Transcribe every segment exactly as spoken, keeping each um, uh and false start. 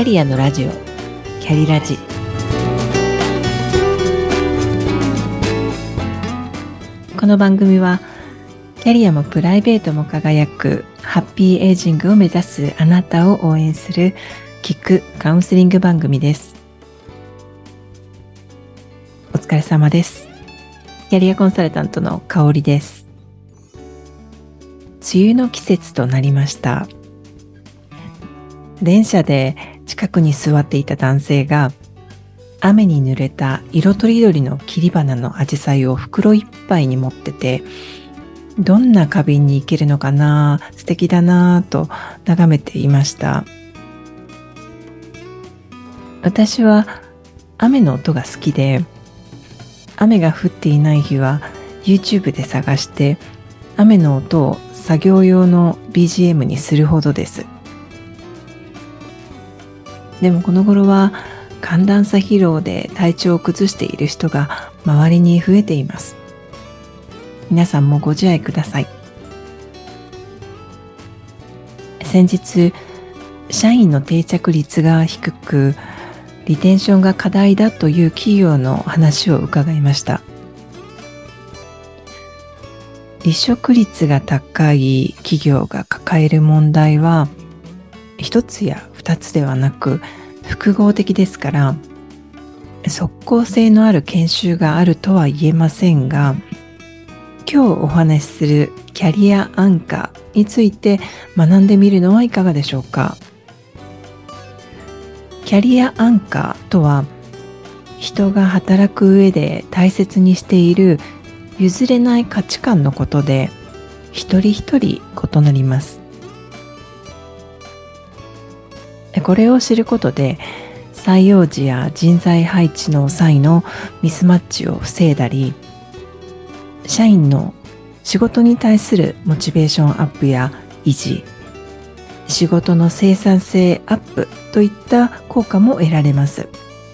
キャリアのラジオ、キャリラジ。この番組はキャリアもプライベートも輝くハッピーエイジングを目指すあなたを応援する聞くカウンセリング番組です。お疲れ様です。キャリアコンサルタントの香織です。梅雨の季節となりました。電車で近くに座っていた男性が雨に濡れた色とりどりの切り花のアジサイを袋いっぱいに持ってて、どんな花瓶に行けるのかな、素敵だなと眺めていました。私は雨の音が好きで、雨が降っていない日は YouTube で探して雨の音を作業用の ビージーエム にするほどです。でもこの頃は寒暖差疲労で体調を崩している人が周りに増えています。皆さんもご自愛ください。先日、社員の定着率が低く、リテンションが課題だという企業の話を伺いました。離職率が高い企業が抱える問題は、一つや二つではなく複合的ですから、即効性のある研修があるとは言えませんが、今日お話しするキャリアアンカーについて学んでみるのはいかがでしょうか。キャリアアンカーとは、人が働く上で大切にしている譲れない価値観のことで、一人一人異なります。これを知ることで、採用時や人材配置の際のミスマッチを防いだり、社員の仕事に対するモチベーションアップや維持、仕事の生産性アップといった効果も得られます。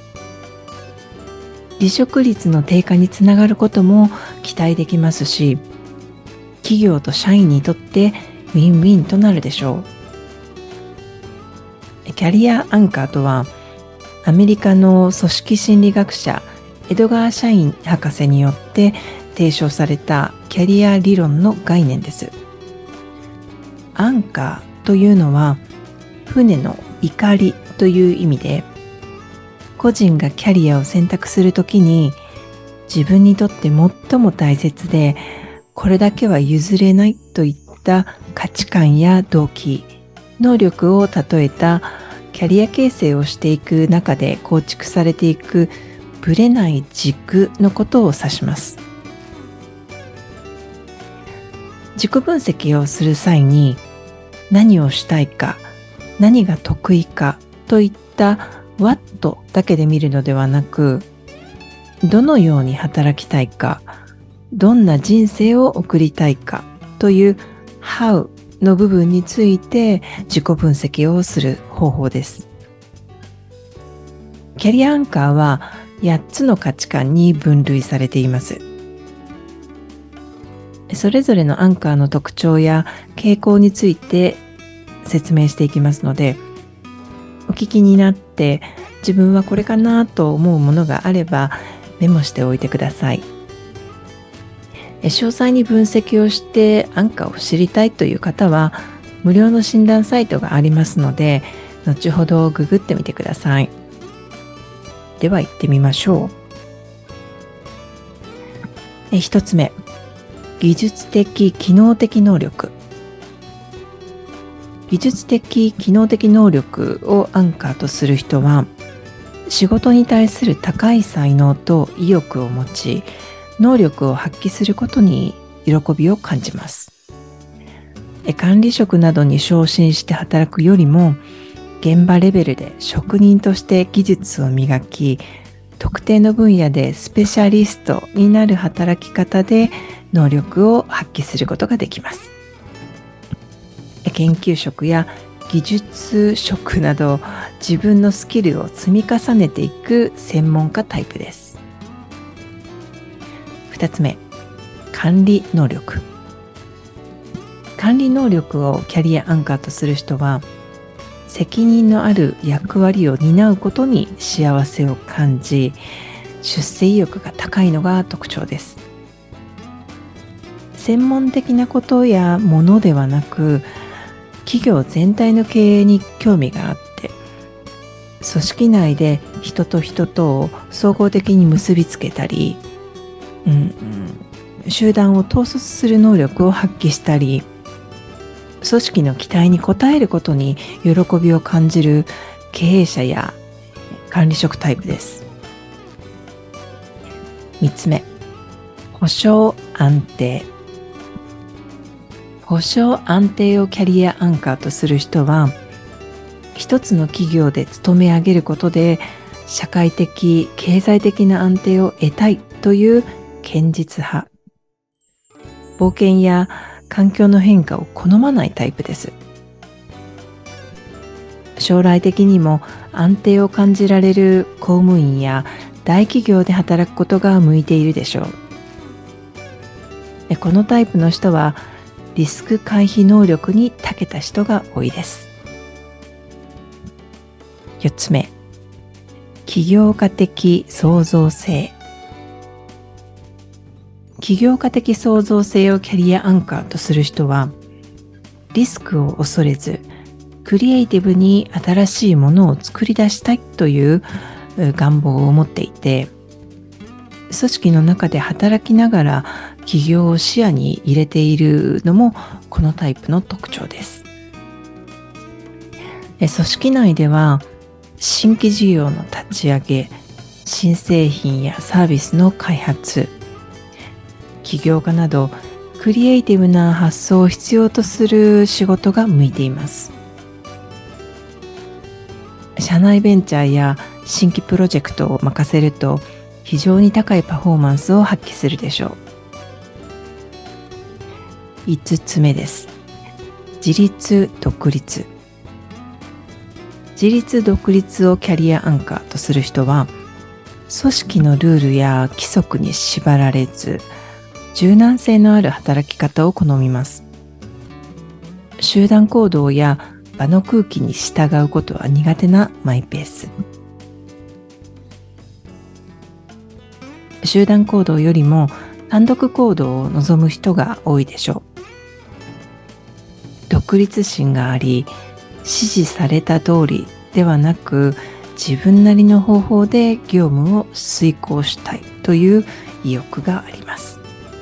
離職率の低下につながることも期待できますし、企業と社員にとってウィンウィンとなるでしょう。キャリアアンカーとは、アメリカの組織心理学者エドガー・シャイン博士によって提唱されたキャリア理論の概念です。アンカーというのは、船の怒りという意味で、個人がキャリアを選択するときに、自分にとって最も大切で、これだけは譲れないといった価値観や動機、能力を例えたキャリア形成をしていく中で構築されていくぶれない軸のことを指します。自己分析をする際に、何をしたいか、何が得意かといった What だけで見るのではなく、どのように働きたいか、どんな人生を送りたいかという How の部分について自己分析をする方法です。キャリアアンカーはやっつの価値観に分類されています。それぞれのアンカーの特徴や傾向について説明していきますので、お聞きになって自分はこれかなと思うものがあればメモしておいてください。詳細に分析をしてアンカーを知りたいという方は、無料の診断サイトがありますので、後ほどググってみてください。では行ってみましょう。え一つ目、技術的機能的能力。技術的機能的能力をアンカーとする人は、仕事に対する高い才能と意欲を持ち、能力を発揮することに喜びを感じます。管理職などに昇進して働くよりも、現場レベルで職人として技術を磨き、特定の分野でスペシャリストになる働き方で能力を発揮することができます。研究職や技術職など、自分のスキルを積み重ねていく専門家タイプです。二つ目、管理能力。管理能力をキャリアアンカーとする人は、 責任のある役割を担うことに幸せを感じ、出世意欲が高いのが特徴です。専門的なことやものではなく、企業全体の経営に興味があって、組織内で人と人とを総合的に結びつけたり、うんうん、集団を統率する能力を発揮したり、組織の期待に応えることに喜びを感じる経営者や管理職タイプです。みっつめ、保証安定。保証安定をキャリアアンカーとする人は、一つの企業で勤め上げることで社会的経済的な安定を得たいという堅実派。冒険や環境の変化を好まないタイプです。将来的にも安定を感じられる公務員や大企業で働くことが向いているでしょう。このタイプの人はリスク回避能力に長けた人が多いです。よっつめ、起業家的創造性。起業家的創造性をキャリアアンカーとする人は、リスクを恐れず、クリエイティブに新しいものを作り出したいという願望を持っていて、組織の中で働きながら起業を視野に入れているのもこのタイプの特徴です。組織内では新規事業の立ち上げ、新製品やサービスの開発、起業家などクリエイティブな発想を必要とする仕事が向いています。社内ベンチャーや新規プロジェクトを任せると非常に高いパフォーマンスを発揮するでしょう。いつつめです。自立独立。自立独立をキャリアアンカーとする人は、組織のルールや規則に縛られず、柔軟性のある働き方を好みます。集団行動や場の空気に従うことは苦手なマイペース。集団行動よりも単独行動を望む人が多いでしょう。独立心があり、指示された通りではなく、自分なりの方法で業務を遂行したいという意欲があります。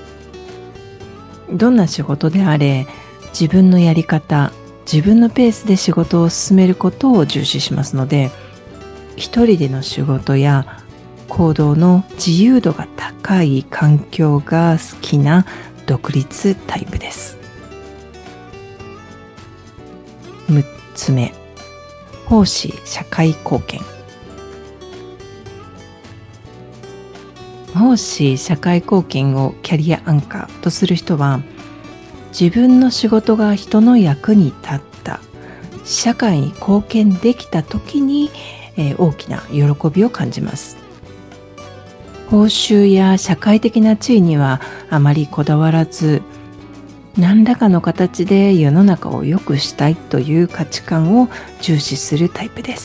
どんな仕事であれ、自分のやり方、自分のペースで仕事を進めることを重視しますので、一人での仕事や行動の自由度が高い環境が好きな独立タイプです。むっつめ、奉仕社会貢献。奉仕社会貢献をキャリアアンカーとする人は、自分の仕事が人の役に立った、社会に貢献できた時に、えー、大きな喜びを感じます。報酬や社会的な地位にはあまりこだわらず、何らかの形で世の中を良くしたいという価値観を重視するタイプです。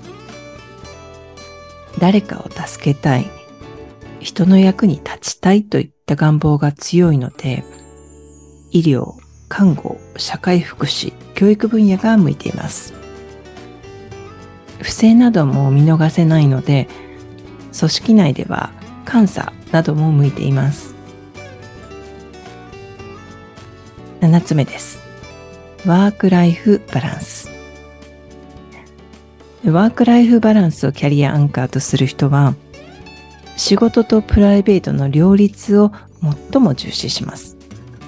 誰かを助けたい、人の役に立ちたいといった願望が強いので、医療、看護、社会福祉、教育分野が向いています。不正なども見逃せないので、組織内では監査なども向いています。ななつめです。ワークライフバランス。ワークライフバランスをキャリアアンカーとする人は、仕事とプライベートの両立を最も重視します。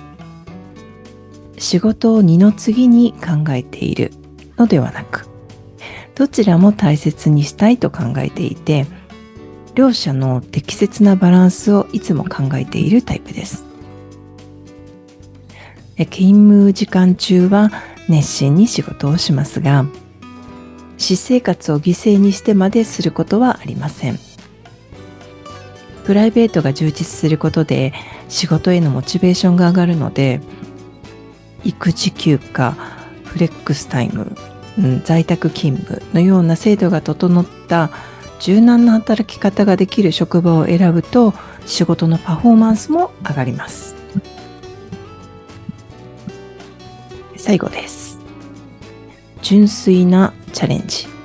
仕事を二の次に考えているのではなく、どちらも大切にしたいと考えていて、両者の適切なバランスをいつも考えているタイプです。勤務時間中は熱心に仕事をしますが、私生活を犠牲にしてまですることはありません。プライベートが充実することで仕事へのモチベーションが上がるので、育児休暇、フレックスタイム、 うん、在宅勤務のような制度が整った柔軟な働き方ができる職場を選ぶと仕事のパフォーマンスも上がります。最後です。純粋なチャレンジ。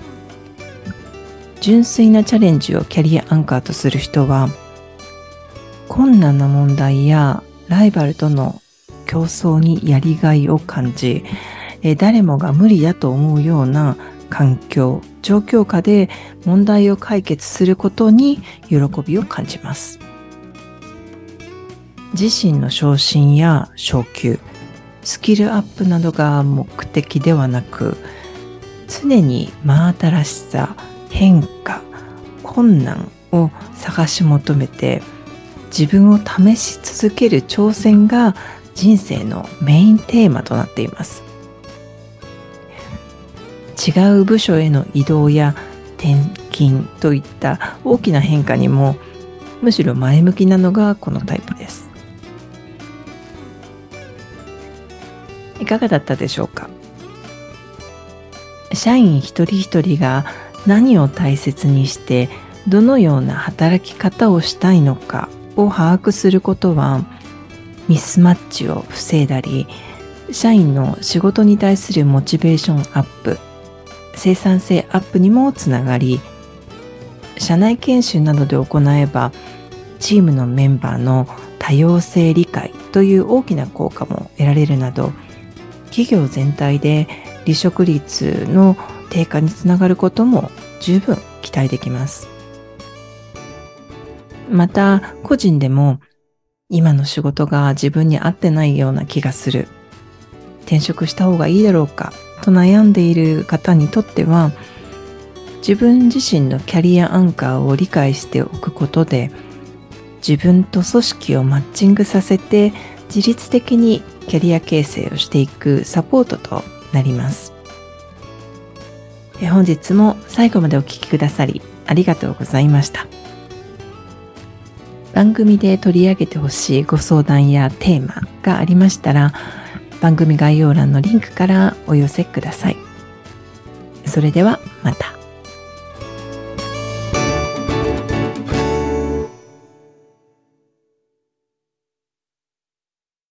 純粋なチャレンジをキャリアアンカーとする人は、困難な問題やライバルとの競争にやりがいを感じ、誰もが無理だと思うような環境、状況下で問題を解決することに喜びを感じます。自身の昇進や昇給、スキルアップなどが目的ではなく、常に真新しさ、変化、困難を探し求めて自分を試し続ける挑戦が人生のメインテーマとなっています。違う部署への移動や転勤といった大きな変化にもむしろ前向きなのがこのタイプです。いかがだったでしょうか。社員一人一人が何を大切にしてどのような働き方をしたいのかを把握することはミスマッチを防いだり、社員の仕事に対するモチベーションアップ、生産性アップにもつながり、社内研修などで行えばチームのメンバーの多様性理解という大きな効果も得られるなど、企業全体で離職率の低下につながることも十分期待できます。また個人でも今の仕事が自分に合ってないような気がする、転職した方がいいだろうかと悩んでいる方にとっては、自分自身のキャリアアンカーを理解しておくことで自分と組織をマッチングさせて自律的にキャリア形成をしていくサポートとなります。本日も最後までお聞きくださりありがとうございました。番組で取り上げてほしいご相談やテーマがありましたら、番組概要欄のリンクからお寄せください。それではまた。